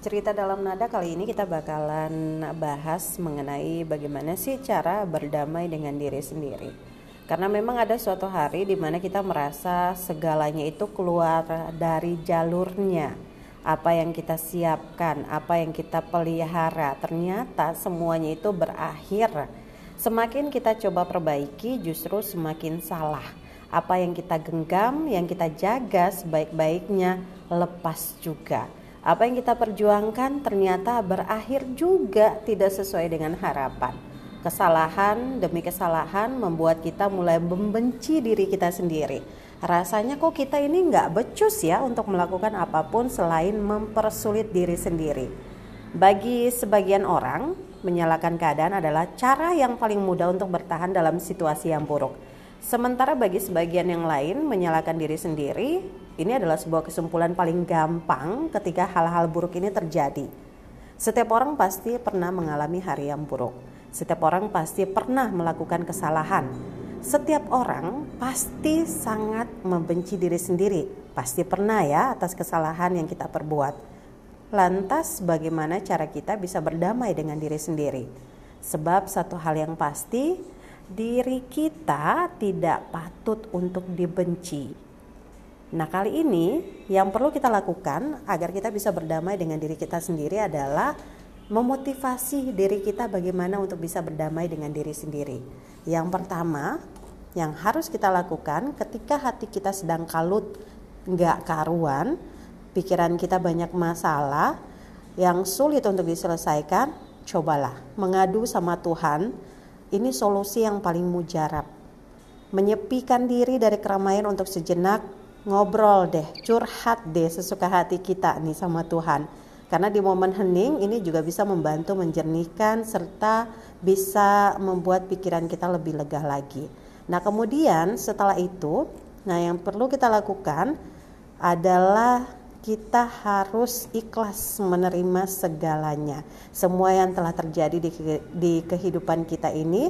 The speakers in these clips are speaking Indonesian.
Cerita dalam nada kali ini kita bakalan bahas mengenai bagaimana sih cara berdamai dengan diri sendiri. Karena memang ada suatu hari di mana kita merasa segalanya itu keluar dari jalurnya. Apa yang kita siapkan, apa yang kita pelihara, ternyata semuanya itu berakhir. Semakin kita coba perbaiki, justru semakin salah. Apa yang kita genggam, yang kita jaga sebaik-baiknya, lepas juga. Apa yang kita perjuangkan ternyata berakhir juga tidak sesuai dengan harapan. Kesalahan demi kesalahan membuat kita mulai membenci diri kita sendiri. Rasanya kok kita ini gak becus ya untuk melakukan apapun selain mempersulit diri sendiri. Bagi sebagian orang, menyalahkan keadaan adalah cara yang paling mudah untuk bertahan dalam situasi yang buruk. Sementara bagi sebagian yang lain, menyalahkan diri sendiri, ini adalah sebuah kesimpulan paling gampang ketika hal-hal buruk ini terjadi. Setiap orang pasti pernah mengalami hari yang buruk. Setiap orang pasti pernah melakukan kesalahan. Setiap orang pasti sangat membenci diri sendiri. Pasti pernah ya atas kesalahan yang kita perbuat. Lantas bagaimana cara kita bisa berdamai dengan diri sendiri? Sebab satu hal yang pasti, diri kita tidak patut untuk dibenci. Nah, kali ini yang perlu kita lakukan agar kita bisa berdamai dengan diri kita sendiri adalah memotivasi diri kita bagaimana untuk bisa berdamai dengan diri sendiri. Yang pertama, yang harus kita lakukan ketika hati kita sedang kalut, gak karuan, pikiran kita banyak masalah yang sulit untuk diselesaikan, cobalah mengadu sama Tuhan. Ini solusi yang paling mujarab. Menyepikan diri dari keramaian untuk sejenak, ngobrol deh, curhat deh sesuka hati kita nih sama Tuhan. Karena di momen hening ini juga bisa membantu menjernihkan serta bisa membuat pikiran kita lebih lega lagi. Nah, kemudian setelah itu, yang perlu kita lakukan adalah kita harus ikhlas menerima segalanya. Semua yang telah terjadi di kehidupan kita ini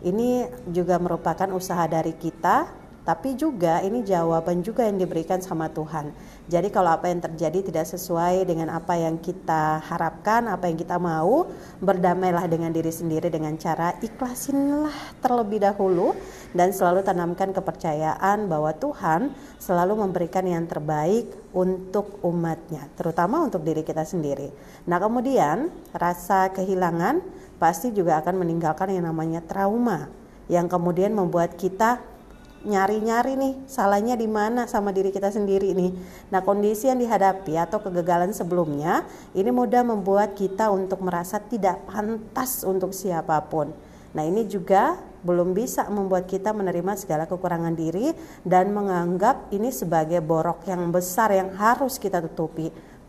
juga merupakan usaha dari kita, tapi juga ini jawaban juga yang diberikan sama Tuhan. Jadi kalau apa yang terjadi tidak sesuai dengan apa yang kita harapkan, apa yang kita mau, berdamailah dengan diri sendiri dengan cara ikhlasinlah terlebih dahulu dan selalu tanamkan kepercayaan bahwa Tuhan selalu memberikan yang terbaik untuk umatnya, terutama untuk diri kita sendiri. Nah, kemudian rasa kehilangan pasti juga akan meninggalkan yang namanya trauma, yang kemudian membuat kita nyari-nyari nih salahnya di mana sama diri kita sendiri nih. Nah, kondisi yang dihadapi atau kegagalan sebelumnya ini mudah membuat kita untuk merasa tidak pantas untuk siapapun. Nah, ini juga belum bisa membuat kita menerima segala kekurangan diri dan menganggap ini sebagai borok yang besar yang harus kita tutupi.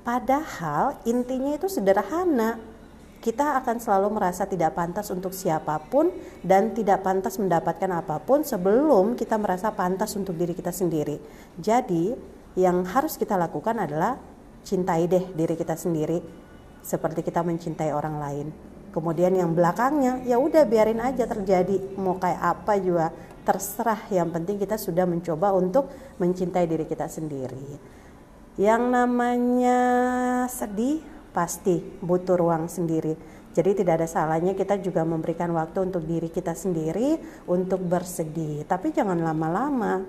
Padahal intinya itu sederhana. Kita akan selalu merasa tidak pantas untuk siapapun dan tidak pantas mendapatkan apapun sebelum kita merasa pantas untuk diri kita sendiri. Jadi yang harus kita lakukan adalah cintai deh diri kita sendiri seperti kita mencintai orang lain. Kemudian yang belakangnya ya udah biarin aja terjadi, mau kayak apa juga terserah, yang penting kita sudah mencoba untuk mencintai diri kita sendiri. Yang namanya sedih pasti butuh ruang sendiri. Jadi tidak ada salahnya kita juga memberikan waktu untuk diri kita sendiri untuk bersedih. Tapi jangan lama-lama.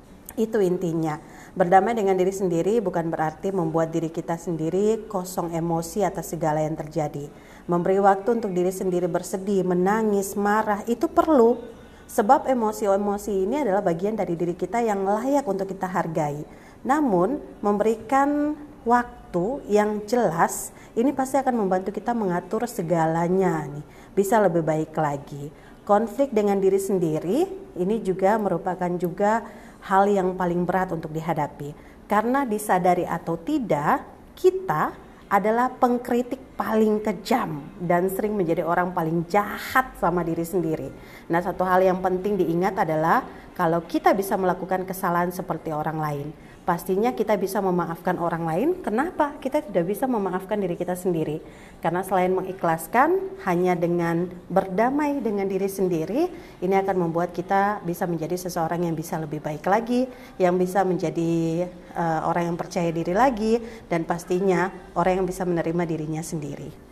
Itu intinya. Berdamai dengan diri sendiri bukan berarti membuat diri kita sendiri kosong emosi atas segala yang terjadi. Memberi waktu untuk diri sendiri bersedih, menangis, marah itu perlu. Sebab emosi-emosi ini adalah bagian dari diri kita yang layak untuk kita hargai. Namun memberikan waktu yang jelas ini pasti akan membantu kita mengatur segalanya nih, bisa lebih baik lagi. Konflik dengan diri sendiri ini juga merupakan juga hal yang paling berat untuk dihadapi. Karena disadari atau tidak, kita adalah pengkritik paling kejam dan sering menjadi orang paling jahat sama diri sendiri. Nah, satu hal yang penting diingat adalah kalau kita bisa melakukan kesalahan seperti orang lain, pastinya kita bisa memaafkan orang lain. Kenapa kita tidak bisa memaafkan diri kita sendiri? Karena selain mengikhlaskan, hanya dengan berdamai dengan diri sendiri, ini akan membuat kita bisa menjadi seseorang yang bisa lebih baik lagi, yang bisa menjadi orang yang percaya diri lagi, dan pastinya orang yang bisa menerima dirinya sendiri.